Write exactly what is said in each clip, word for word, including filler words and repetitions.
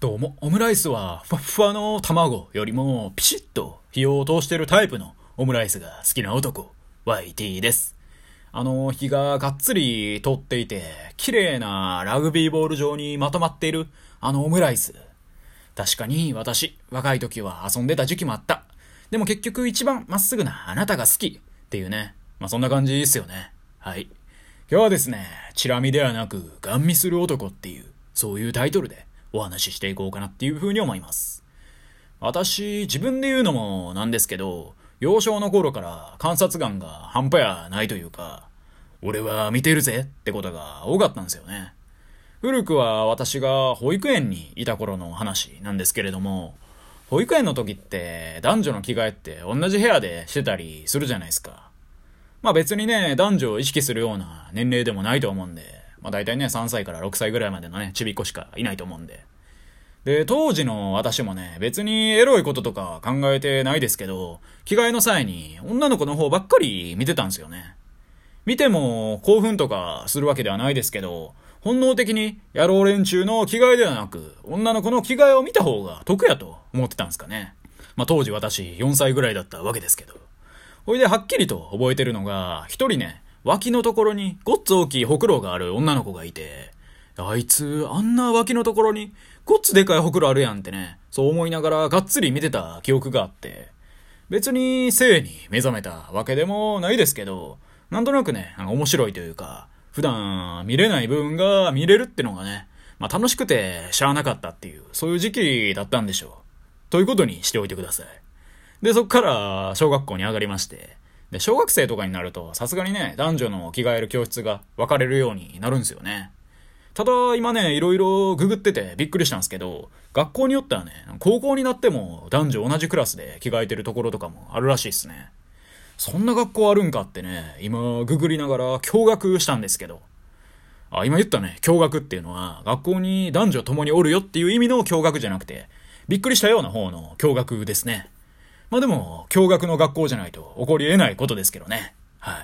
どうも、オムライスはふわっふわの卵よりもピシッと火を通してるタイプのオムライスが好きな男、ワイティー です。あの、火ががっつり通っていて、綺麗なラグビーボール状にまとまっているあのオムライス。確かに私、若い時は遊んでた時期もあった。でも結局一番まっすぐなあなたが好きっていうね。まあ、そんな感じですよね。はい。今日はですね、チラ見ではなくガン見する男っていう、そういうタイトルでお話ししていこうかなっていう風に思います。私、自分で言うのもなんですけど、幼少の頃から観察眼が半端やないというか、俺は見てるぜってことが多かったんですよね。古くは私が保育園にいた頃の話なんですけれども、保育園の時って男女の着替えって同じ部屋でしてたりするじゃないですか。まあ別にね、男女を意識するような年齢でもないと思うんで、まあ大体ね、さんさいからろくさいぐらいまでのね、ちびっこしかいないと思うんで。で、当時の私もね、別にエロいこととか考えてないですけど、着替えの際に女の子の方ばっかり見てたんですよね。見ても興奮とかするわけではないですけど、本能的に野郎連中の着替えではなく、女の子の着替えを見た方が得やと思ってたんですかね。まあ当時私よんさいぐらいだったわけですけど。ほいではっきりと覚えてるのが、一人ね、脇のところにごっつ大きいほくろがある女の子がいて、あいつ、あんな脇のところにごっつでかいほくろあるやんってね、そう思いながらがっつり見てた記憶があって、別に性に目覚めたわけでもないですけど、なんとなくね、面白いというか、普段見れない部分が見れるってのがね、まあ楽しくてしゃあなかったっていう、そういう時期だったんでしょう。ということにしておいてください。で、そっから小学校に上がりまして、で、小学生とかになると、さすがにね、男女の着替える教室が分かれるようになるんですよね。ただ、今ね、いろいろググっててびっくりしたんですけど、学校によってはね、高校になっても男女同じクラスで着替えてるところとかもあるらしいですね。そんな学校あるんかってね、今ググりながら驚愕したんですけど。あ、今言ったね、驚愕っていうのは、学校に男女共におるよっていう意味の驚愕じゃなくて、びっくりしたような方の驚愕ですね。まあでも、驚愕の学校じゃないと起こり得ないことですけどね。はい。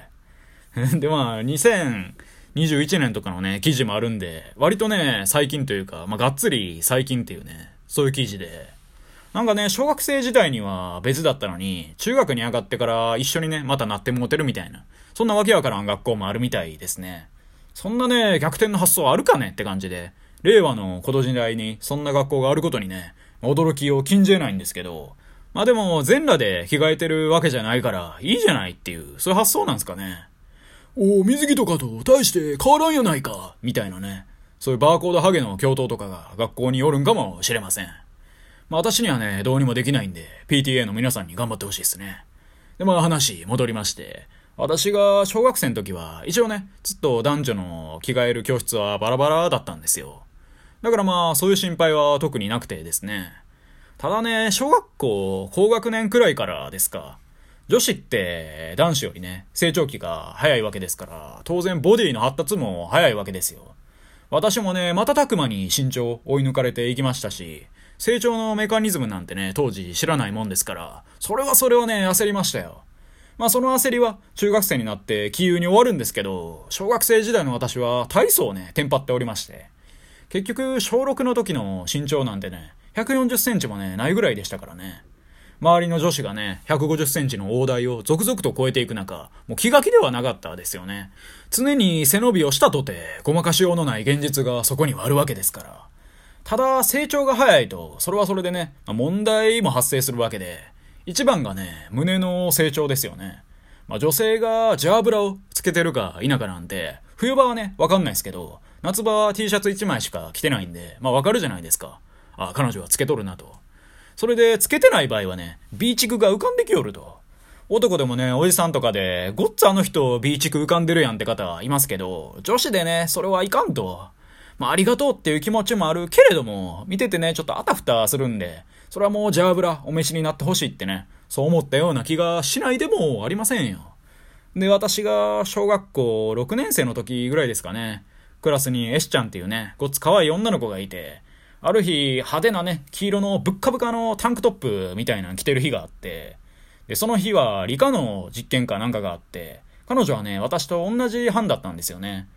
でまあ、にせんにじゅういちねんとかのね、記事もあるんで、割とね、最近というか、まあがっつり最近っていうね、そういう記事で、なんかね、小学生時代には別だったのに、中学に上がってから一緒にね、またなってもうてるみたいな、そんなわけわからん学校もあるみたいですね。そんなね、逆転の発想あるかねって感じで、令和のこの時代にそんな学校があることにね、驚きを禁じ得ないんですけど、まあでも全裸で着替えてるわけじゃないからいいじゃないっていう、そういう発想なんですかね。おー、水着とかと大して変わらんやないか、みたいなね。そういうバーコードハゲの教頭とかが学校におるんかもしれません。まあ私にはね、どうにもできないんで、ピーティーエー の皆さんに頑張ってほしいですね。でまあ話戻りまして、私が小学生の時は一応ね、ずっと男女の着替える教室はバラバラだったんですよ。だからまあそういう心配は特になくてですね。ただね、小学校高学年くらいからですか。女子って男子よりね、成長期が早いわけですから、当然ボディの発達も早いわけですよ。私もね、瞬く間に身長追い抜かれていきましたし、成長のメカニズムなんてね、当時知らないもんですから、それはそれはね、焦りましたよ。まあその焦りは中学生になって気憂に終わるんですけど、小学生時代の私は体操をね、テンパっておりまして、結局小ろくの時の身長なんてね、ひゃくよんじゅっセンチもね、ないぐらいでしたからね。周りの女子がね、ひゃくごじゅっセンチの大台を続々と超えていく中、もう気が気ではなかったですよね。常に背伸びをしたとて、ごまかしようのない現実がそこにはあるわけですから。ただ、成長が早いと、それはそれでね、問題も発生するわけで、一番がね、胸の成長ですよね。まあ、女性がジャーブラをつけてるか否かなんて、冬場はね、わかんないですけど、夏場は T シャツいちまいしか着てないんで、まあわかるじゃないですか。あ、彼女はつけとるなと。それで、つけてない場合はね、ビーチクが浮かんできよると。男でもね、おじさんとかで、ごっつあの人ビーチク浮かんでるやんって方いますけど、女子でね、それはいかんと。まあありがとうっていう気持ちもあるけれども、見ててね、ちょっとあたふたするんで、それはもうジャーブラお召しになってほしいってね、そう思ったような気がしないでもありませんよ。で、私が小学校ろくねん生の時ぐらいですかね、クラスにエシちゃんっていうね、ごっつ可愛い女の子がいて、ある日派手なね、黄色のぶっかぶかのタンクトップみたいなの着てる日があって、で、その日は理科の実験かなんかがあって、彼女はね、私と同じ班だったんですよね。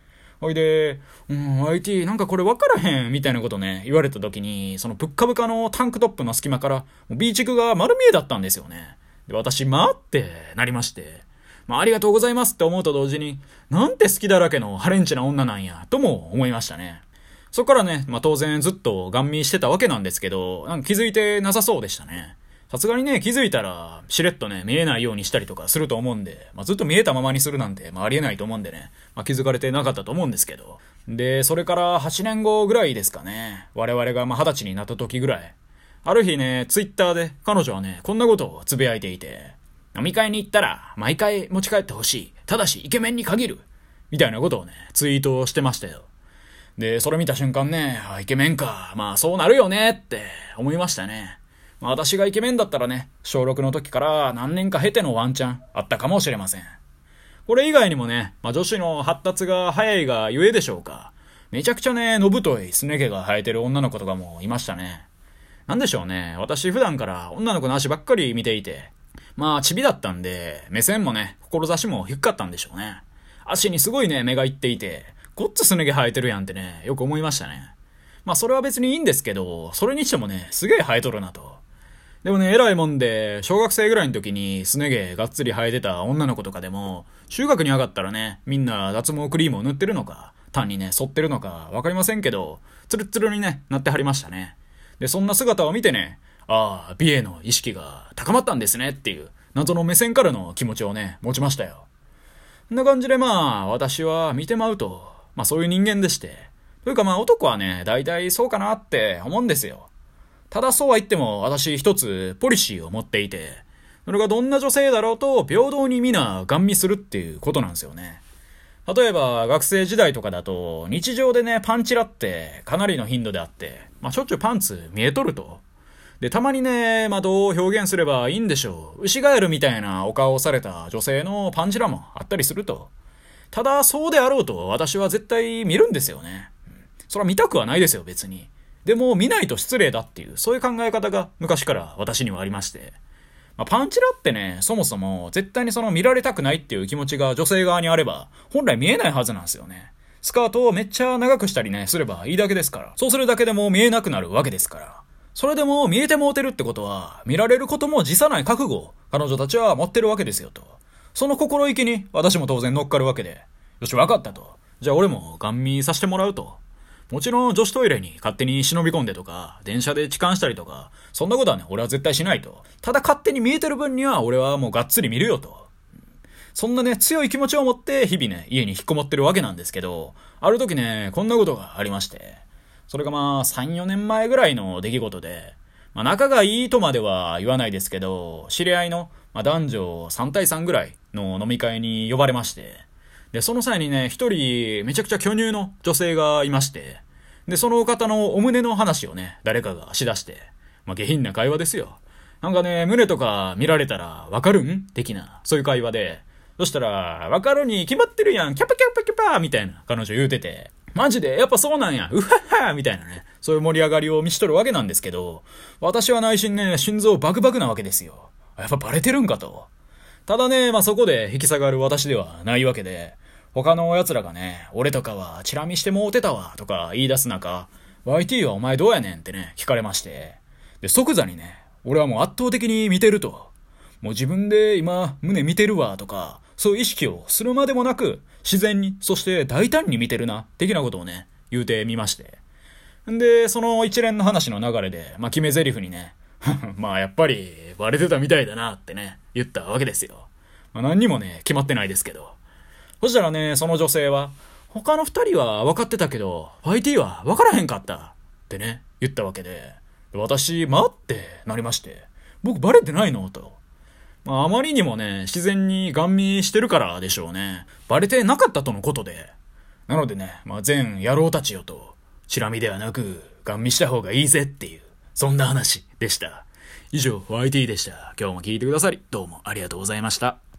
ほいで、うん、アイティー なんかこれ分からへんみたいなことね、言われた時に、そのぶっかぶかのタンクトップの隙間から、ビーチクが丸見えだったんですよね。で、私、まあってなりまして、まあありがとうございますって思うと同時に、なんて好きだらけのハレンチな女なんや、とも思いましたね。そっからね、まあ当然ずっとガン見してたわけなんですけど、なんか気づいてなさそうでしたね。さすがにね、気づいたら、しれっとね、見えないようにしたりとかすると思うんで、まあ、ずっと見えたままにするなんて、まあ、ありえないと思うんでね、まあ、気づかれてなかったと思うんですけど。で、それからはちねんごぐらいですかね。我々がまあ、はたちになった時ぐらい。ある日ね、ツイッターで彼女はね、こんなことをつぶやいていて、飲み会に行ったら、毎回持ち帰ってほしい。ただし、イケメンに限る。みたいなことをね、ツイートしてましたよ。で、それ見た瞬間ね、あ、イケメンか。まあ、そうなるよねって思いましたね。私がイケメンだったらね、小ろくの時から何年か経てのワンチャンあったかもしれません。これ以外にもね、まあ、女子の発達が早いがゆえでしょうか。めちゃくちゃね、のぶといすね毛が生えてる女の子とかもいましたね。なんでしょうね、私普段から女の子の足ばっかり見ていて、まあ、チビだったんで、目線もね、志も低かったんでしょうね。足にすごいね、目がいっていて、ごっつすね毛生えてるやんってね、よく思いましたね。まあ、それは別にいいんですけど、それにしてもね、すげえ生えとるなと。でもね、偉いもんで、小学生ぐらいの時にすね毛がっつり生えてた女の子とかでも、中学に上がったらね、みんな脱毛クリームを塗ってるのか、単にね、剃ってるのか、わかりませんけど、ツルッツルにね、なってはりましたね。で、そんな姿を見てね、ああ、美への意識が高まったんですねっていう、謎の目線からの気持ちをね、持ちましたよ。こんな感じでまあ、私は見てまうと、まあそういう人間でして、というかまあ男はね、大体そうかなって思うんですよ。ただそうは言っても私一つポリシーを持っていて、それがどんな女性だろうと平等に皆ガン見するっていうことなんですよね。例えば学生時代とかだと日常でねパンチラってかなりの頻度であって、まあしょっちゅうパンツ見えとると。で、たまにね、まあどう表現すればいいんでしょう。ウシガエルみたいなお顔をされた女性のパンチラもあったりすると。ただそうであろうと私は絶対見るんですよね。それは見たくはないですよ別に。でも見ないと失礼だっていう、そういう考え方が昔から私にはありまして。まあ、パンチラってね、そもそも絶対にその見られたくないっていう気持ちが女性側にあれば、本来見えないはずなんですよね。スカートをめっちゃ長くしたりね、すればいいだけですから。そうするだけでも見えなくなるわけですから。それでも見えてもうてるってことは、見られることも辞さない覚悟を彼女たちは持ってるわけですよと。その心意気に私も当然乗っかるわけで、よし、わかったと。じゃあ俺もガン見させてもらうと。もちろん女子トイレに勝手に忍び込んでとか、電車で痴漢したりとか、そんなことはね、俺は絶対しないと。ただ勝手に見えてる分には俺はもうがっつり見るよと。そんなね、強い気持ちを持って日々ね、家に引っこもってるわけなんですけど、ある時ね、こんなことがありまして、それがまあ、さん、よねんまえぐらいの出来事で、まあ仲がいいとまでは言わないですけど、知り合いの、まあ、男女さん対さんぐらいの飲み会に呼ばれまして、で、その際にね、一人めちゃくちゃ巨乳の女性がいまして、で、その方のお胸の話をね、誰かがしだして、まあ、下品な会話ですよ。なんかね、胸とか見られたらわかるん的な、そういう会話で、そしたら、わかるに決まってるやん、キャパキャパキャパみたいな彼女言うてて、マジでやっぱそうなんや、うははみたいなね、そういう盛り上がりを見しとるわけなんですけど、私は内心ね、心臓バクバクなわけですよ。やっぱバレてるんかと。ただね、まあ、そこで引き下がる私ではないわけで、他の奴らがね、俺とかはチラ見してもうてたわとか言い出す中、ワイティー はお前どうやねんってね、聞かれまして、で、即座にね、俺はもう圧倒的に見てると。もう自分で今、胸見てるわとか、そういう意識をするまでもなく、自然に、そして大胆に見てるな、的なことをね、言うてみまして。んで、その一連の話の流れで、まあ、決め台詞にね、まあやっぱりバレてたみたいだなってね、言ったわけですよ。まあ何にもね、決まってないですけど。そしたらね、その女性は、他の二人は分かってたけど、ワイティー は分からへんかったってね、言ったわけで、私、待ってなりまして、僕バレてないのと。まああまりにもね、自然にガン見してるからでしょうね。バレてなかったとのことで。なのでね、まあ全野郎たちよと、チラ見ではなく、ガン見した方がいいぜっていう、そんな話でした。以上、ワイティー でした。今日も聞いてくださり、どうもありがとうございました。